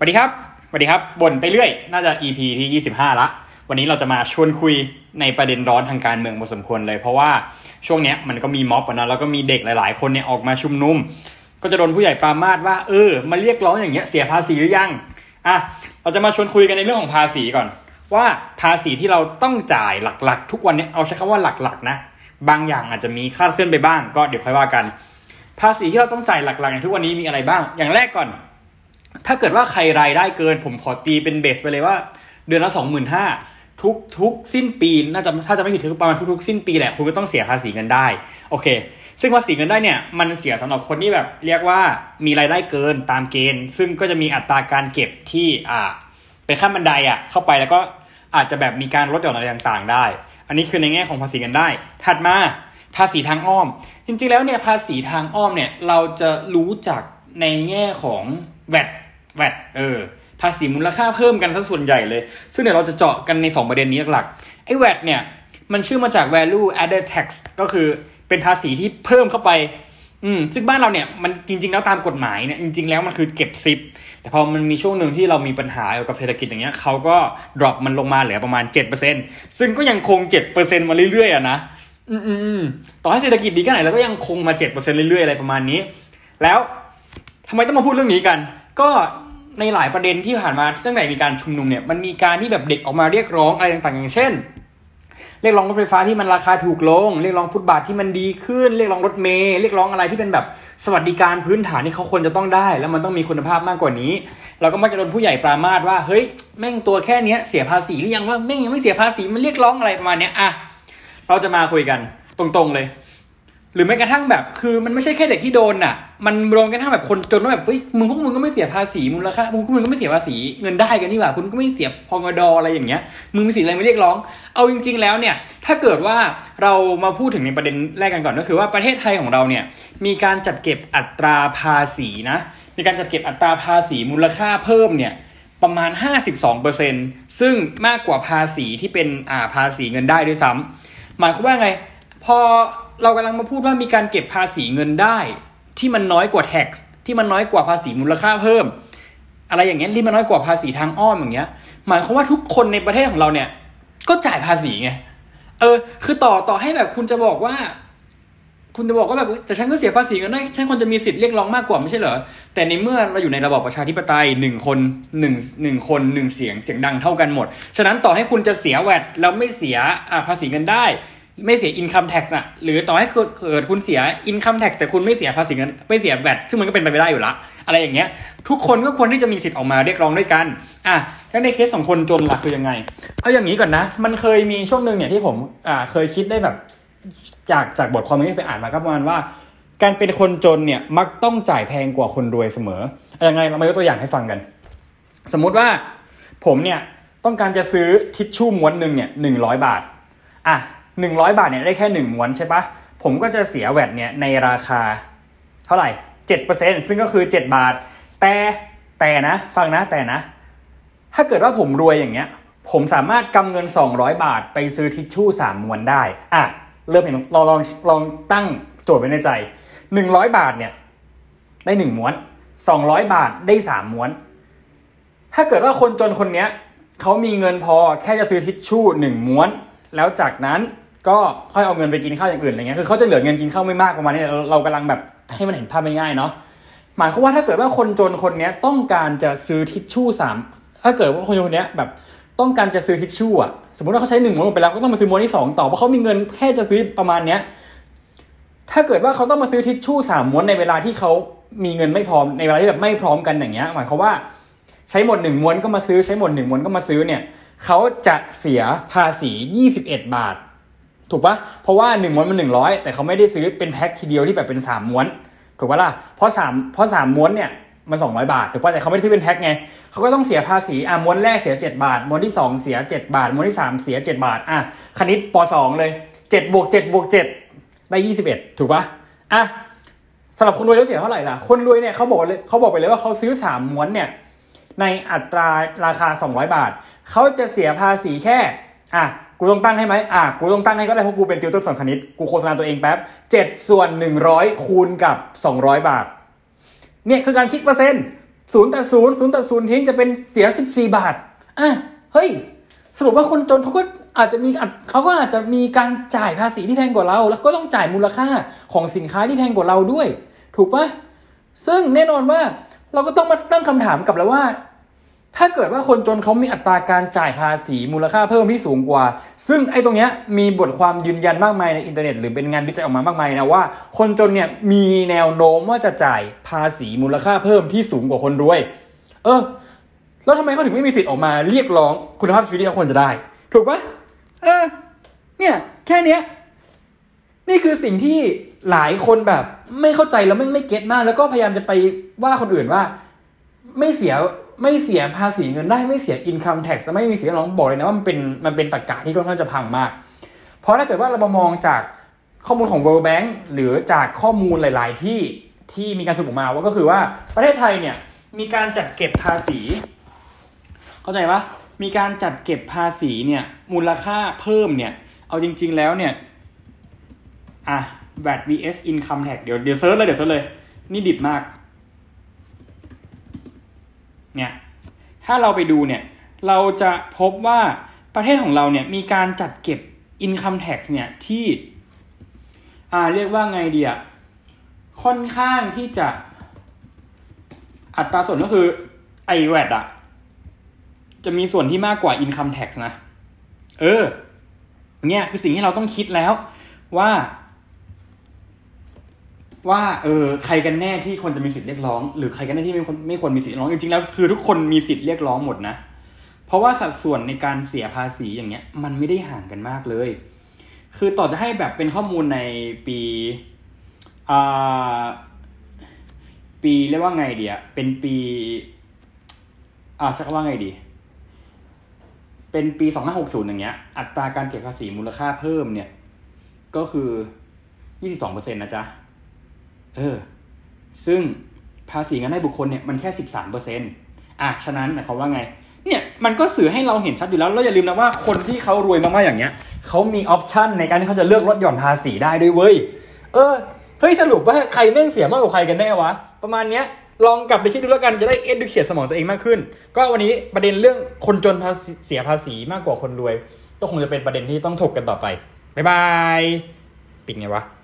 สวัสดีครับบ่นไปเรื่อยน่าจะ EP ที่25ละวันนี้เราจะมาชวนคุยในประเด็นร้อนทางการเมืองพอสมควรเลยเพราะว่าช่วงนี้มันก็มีม็อบนะแล้วก็มีเด็กหลายๆคนเนี่ยออกมาชุมนุมก็จะโดนผู้ใหญ่ปรามาสว่ามาเรียกร้องอย่างเงี้ยเสียภาษีหรือยังเราจะมาชวนคุยกันในเรื่องของภาษีก่อนว่าภาษีที่เราต้องจ่ายหลักๆทุกวันนี้เอาใช้คำว่าหลักๆนะบางอย่างอาจจะมีคลาดเคลื่อนไปบ้างก็เดี๋ยวค่อยว่ากันภาษีที่เราต้องจ่ายหลักๆในทุกวันนี้มีอะไรบ้างอย่างแรกก่อนถ้าเกิดว่าใครรายได้เกินผมขอตีเป็นเบสไปเลยว่าเดือนละ 25,000 ทุกสิ้นปีน่าจะถ้าจะไม่ผิดประมาณทุกสิ้นปีแหละคุณก็ต้องเสียภาษีเงินได้โอเคซึ่งภาษีเงินได้เนี่ยมันเสียสำหรับคนที่แบบเรียกว่ามีรายได้เกินตามเกณฑ์ซึ่งก็จะมีอัตราการเก็บที่เป็นขั้นบันไดเข้าไปแล้วก็อาจจะแบบมีการลดหย่อนอะไรต่างๆได้อันนี้คือในแง่ของภาษีเงินได้ถัดมาภาษีทางอ้อมจริงๆแล้วเนี่ยภาษีทางอ้อมเนี่ยเราจะรู้จักในแง่ของVAT ภาษีมูลค่าเพิ่มกันซะส่วนใหญ่เลยซึ่งเดี๋ยวเราจะเจาะกันใน2ประเด็นนี้หลักๆไอ้ VAT เนี่ยมันชื่อมาจาก value added tax ก็คือเป็นภาษีที่เพิ่มเข้าไปซึ่งบ้านเราเนี่ยมันจริงๆแล้วตามกฎหมายเนี่ยจริงๆแล้วมันคือเก็บซิปแต่พอมันมีช่วงนึงที่เรามีปัญหาเกี่ยวกับเศรษฐกิจอย่างเงี้ยเขาก็ drop มันลงมาเหลือประมาณ 7% ซึ่งก็ยังคง 7% มาเรื่อยๆนะต่อให้เศรษฐกิจดีแค่ไหนแล้วก็ยังคงมา 7% เรื่อยๆอะไรประมาณนี้แล้วทำไมต้องมาพูดเรื่องนี้กันก็ในหลายประเด็นที่ผ่านมาตั้งแต่มีการชุมนุมเนี่ยมันมีการที่แบบเด็กออกมาเรียกร้องอะไรต่างๆอย่างเช่นเรียกร้องรถไฟฟ้าที่มันราคาถูกลงเรียกร้องฟุตบาทที่มันดีขึ้นเรียกร้องรถเมล์เรียกร้องอะไรที่เป็นแบบสวัสดิการพื้นฐานที่เขาควรจะต้องได้แล้วมันต้องมีคุณภาพมากกว่านี้เราก็มักจะโดนผู้ใหญ่ปรามาสว่าเฮ้ยแม่งตัวแค่นี้เสียภาษีหรือยังว่าแม่งยังไม่เสียภาษีมันเรียกร้องอะไรประมาณเนี้ยเราจะมาคุยกันตรงๆเลยหรือแม้กระทั่งแบบคือมันไม่ใช่แค่เด็กที่โดนมันรวมกันทั้งแบบคนจนว่าแบบเฮ้ยพวกมึงก็ไม่เสียภาษีมูลค่าพวกมึงก็ไม่เสียภาษีเงินได้กันนี่หว่าคุณก็ไม่เสียพงด.อะไรอย่างเงี้ยมึงมีสิทธิ์อะไรมาเรียกร้องเอาจริงๆแล้วเนี่ยถ้าเกิดว่าเรามาพูดถึงในประเด็นแรกกันก่อนก็คือว่าประเทศไทยของเราเนี่ยมีการจัดเก็บอัตราภาษีนะมีการจัดเก็บอัตราภาษีมูลค่าเพิ่มเนี่ยประมาณ 52% ซึ่งมากกว่าภาษีที่เป็นภาษีเงินได้ด้วยซ้ำหมายความว่าไงพอเรากำลังมาพูดว่ามีการเก็บภาษีเงินได้ที่มันน้อยกว่า tax ที่มันน้อยกว่าภาษีมูลค่าเพิ่มอะไรอย่างเงี้ยที่มันน้อยกว่าภาษีทางอ้อมอย่างเงี้ยหมายความว่าทุกคนในประเทศของเราเนี่ยก็จ่ายภาษีไงคือต่อให้แบบคุณจะบอกว่าแบบแต่ฉันก็เสียภาษีเงินได้ฉันควรจะมีสิทธิ์เรียกร้องมากกว่าไม่ใช่เหรอแต่ในเมื่อเราอยู่ในระบอบประชาธิปไตย1คน1เสียงดังเท่ากันหมดฉะนั้นต่อให้คุณจะเสีย VAT แล้วไม่เสียภาษีเงินได้ไม่เสีย income tax หรือต่อให้เกิดคุณเสีย income tax แต่คุณไม่เสียภาษีเงินไม่เสีย VAT ซึ่งมันก็เป็นไปไม่ได้อยู่ละอะไรอย่างเงี้ยทุกคนก็ควรที่จะมีสิทธิ์ออกมาเรียกร้องด้วยกันแล้วในเคสของคนจนล่ะคือยังไงเอาอย่างนี้ก่อนนะมันเคยมีช่วงนึงเนี่ยที่ผมเคยคิดได้แบบจากบทความที่ไปอ่านมาก็ประมาณว่าการเป็นคนจนเนี่ยมักต้องจ่ายแพงกว่าคนรวยเสมอยังไงเรามายกตัวอย่างให้ฟังกันสมมุติว่าผมเนี่ยต้องการจะซื้อทิชชู่ม้วนนึงเนี่ย100 บาท100 บาทเนี่ยได้แค่1ม้วนใช่ปะผมก็จะเสีย VAT เนี่ยในราคาเท่าไหร่ 7% ซึ่งก็คือ7 บาทแต่นะฟังนะแต่นะถ้าเกิดว่าผมรวยอย่างเงี้ยผมสามารถกำเงิน200 บาทไปซื้อทิชชู่3ม้วนได้เริ่มเห็นลองตั้งโจทย์ไว้ในใจ100 บาทเนี่ยได้1ม้วน200 บาทได้3ม้วนถ้าเกิดว่าคนจนคนเนี้ยเขามีเงินพอแค่จะซื้อทิชชู่1ม้วนแล้วจากนั้นก็ค่อยเอาเงินไปกินข้าวอย่างอื่นอะไรเงี้ยคือเขาจะเหลือเงินกินข้าวไม่มากประมาณนี้เรากำลังแบบให้มันเห็นภาพง่ายๆเนาะหมายความว่าถ้าเกิดว่าคนจนคนนี้ต้องการจะซื้อทิชชู่3ถ้าเกิดว่าคนจนคนนี้แบบต้องการจะซื้อทิชชู่สมมติว่าเขาใช้1ม้วนไปแล้วก็ต้องมาซื้อม้วนที่2ต่อเพราะเขามีเงินแค่จะซื้อประมาณเนี้ยถ้าเกิดว่าเขาต้องมาซื้อทิชชู่3ม้วนในเวลาที่เขามีเงินไม่พร้อมในเวลาที่แบบไม่พร้อมกันอย่างเงี้ยหมายความว่าใช้หมด1ม้วนก็มาซื้อใช้หมด1ม้วนก็มาซื้อเนี่ยเขาจะเสียภาษี21 บาทถูกปะเพราะว่า1ม้วนมัน100แต่เขาไม่ได้ซื้อเป็นแพ็คทีเดียวที่แบบเป็น3ม้วนถูกปะล่ะเพราะ3ม้วนเนี่ยมัน200 บาทถูกปะแต่เขาไม่ได้ซื้อเป็นแพ็คไงเขาก็ต้องเสียภาษีม้วนแรกเสีย7 บาทม้วนที่2เสีย7 บาทม้วนที่3เสีย7 บาทคณิตป.2 เลย7 บวก 7 บวก 7ได้21ถูกปะสำหรับคนรวยแล้วเสียเท่าไหร่ล่ะคนรวยเนี่ยเขาบอกไปเลยว่าเขาซื้อ3ม้วนเนี่ยในอัตราราคา200 บาทเขาจะเสียภาษีแค่กูต้องตั้งให้ไหมกูต้องตั้งให้ก็ได้เพราะกูเป็นติวเตอร์สอนคณิตกูโฆษณาตัวเองแป๊บ7 ส่วน 100คูณกับ200 บาทเนี่ยคือการคิดเปอร์เซ็นต์ 0 ทิ้งจะเป็นเสีย14 บาทเฮ้ยสรุปว่าคนจนเขาก็อาจจะมีการจ่ายภาษีที่แพงกว่าเราแล้วก็ต้องจ่ายมูลค่าของสินค้าที่แพงกว่าเราด้วยถูกปะซึ่งแน่นอนว่าเราก็ต้องมาตั้งคำถามกับแล้วว่าถ้าเกิดว่าคนจนเขามีอัตราการจ่ายภาษีมูลค่าเพิ่มที่สูงกว่าซึ่งไอ้ตรงเนี้ยมีบทความยืนยันมากมายในอินเทอร์เน็ตหรือเป็นงานวิจัยออกมามากมายนะว่าคนจนเนี่ยมีแนวโน้มว่าจะจ่ายภาษีมูลค่าเพิ่มที่สูงกว่าคนรวยแล้วทำไมเขาถึงไม่มีสิทธิ์ออกมาเรียกร้องคุณภาพชีวิตที่เขาควรจะได้ถูกปะเนี่ยแค่เนี้ยนี่คือสิ่งที่หลายคนแบบไม่เข้าใจแล้วไม่เก็ตมากแล้วก็พยายามจะไปว่าคนอื่นว่าไม่เสียภาษีเงินได้ไม่เสีย income tax ไม่มีสิทธิ์ร้องบอกเลยนะว่ามันเป็นตรรกะที่ค่อนข้างจะพังมากเพราะถ้าเกิดว่าเรามามองจากข้อมูลของ World Bank หรือจากข้อมูลหลายๆที่มีการสรุปมาว่าก็คือว่าประเทศไทยเนี่ยมีการจัดเก็บภาษีเข้าใจปะมีการจัดเก็บภาษีเนี่ยมูลค่าเพิ่มเนี่ยเอาจริงๆแล้วเนี่ยVAT vs income tax เดี๋ยวเซิร์ชเลยนี่ดิบมากเนี่ยถ้าเราไปดูเนี่ยเราจะพบว่าประเทศของเราเนี่ยมีการจัดเก็บ income tax เนี่ยที่เรียกว่าไงดีค่อนข้างที่จะอัตราส่วนก็คือVAT จะมีส่วนที่มากกว่า income tax นะเนี่ยคือสิ่งที่เราต้องคิดแล้วว่าใครกันแน่ที่ควรจะมีสิทธิ์เรียกร้องหรือใครกันแน่ที่ไม่ควรมีสิทธิ์เรียกร้องจริงๆแล้วคือทุกคนมีสิทธิ์เรียกร้องหมดนะเพราะว่าสัดส่วนในการเสียภาษีอย่างเงี้ยมันไม่ได้ห่างกันมากเลยคือต่อจะให้แบบเป็นข้อมูลในปีเรียกว่าไงดีเป็นปีชักว่าไงดีเป็นปี2560อย่างเงี้ยอัตราการเก็บภาษีมูลค่าเพิ่มเนี่ยก็คือ 22% นะจ๊ะซึ่งภาษีเงินได้บุคคลเนี่ยมันแค่ 13% ฉะนั้นหมายความว่าไงเนี่ยมันก็สื่อให้เราเห็นชัดอยู่แล้วแล้วอย่าลืมนะว่าคนที่เขารวยมากๆอย่างเงี้ยเขามีออปชั่นในการที่เขาจะเลือกลดหย่อนภาษีได้ด้วยเว้ยเฮ้ยสรุปว่าใครแม่งเสียมากกว่าใครกันแน่วะประมาณเนี้ยลองกลับไปคิดดูแล้วกันจะได้ educate สมองตัวเองมากขึ้นก็วันนี้ประเด็นเรื่องคนจนเสียภาษีมากกว่าคนรวยก็คงจะเป็นประเด็นที่ต้องถกกันต่อไปบ๊ายบายปิดไงวะ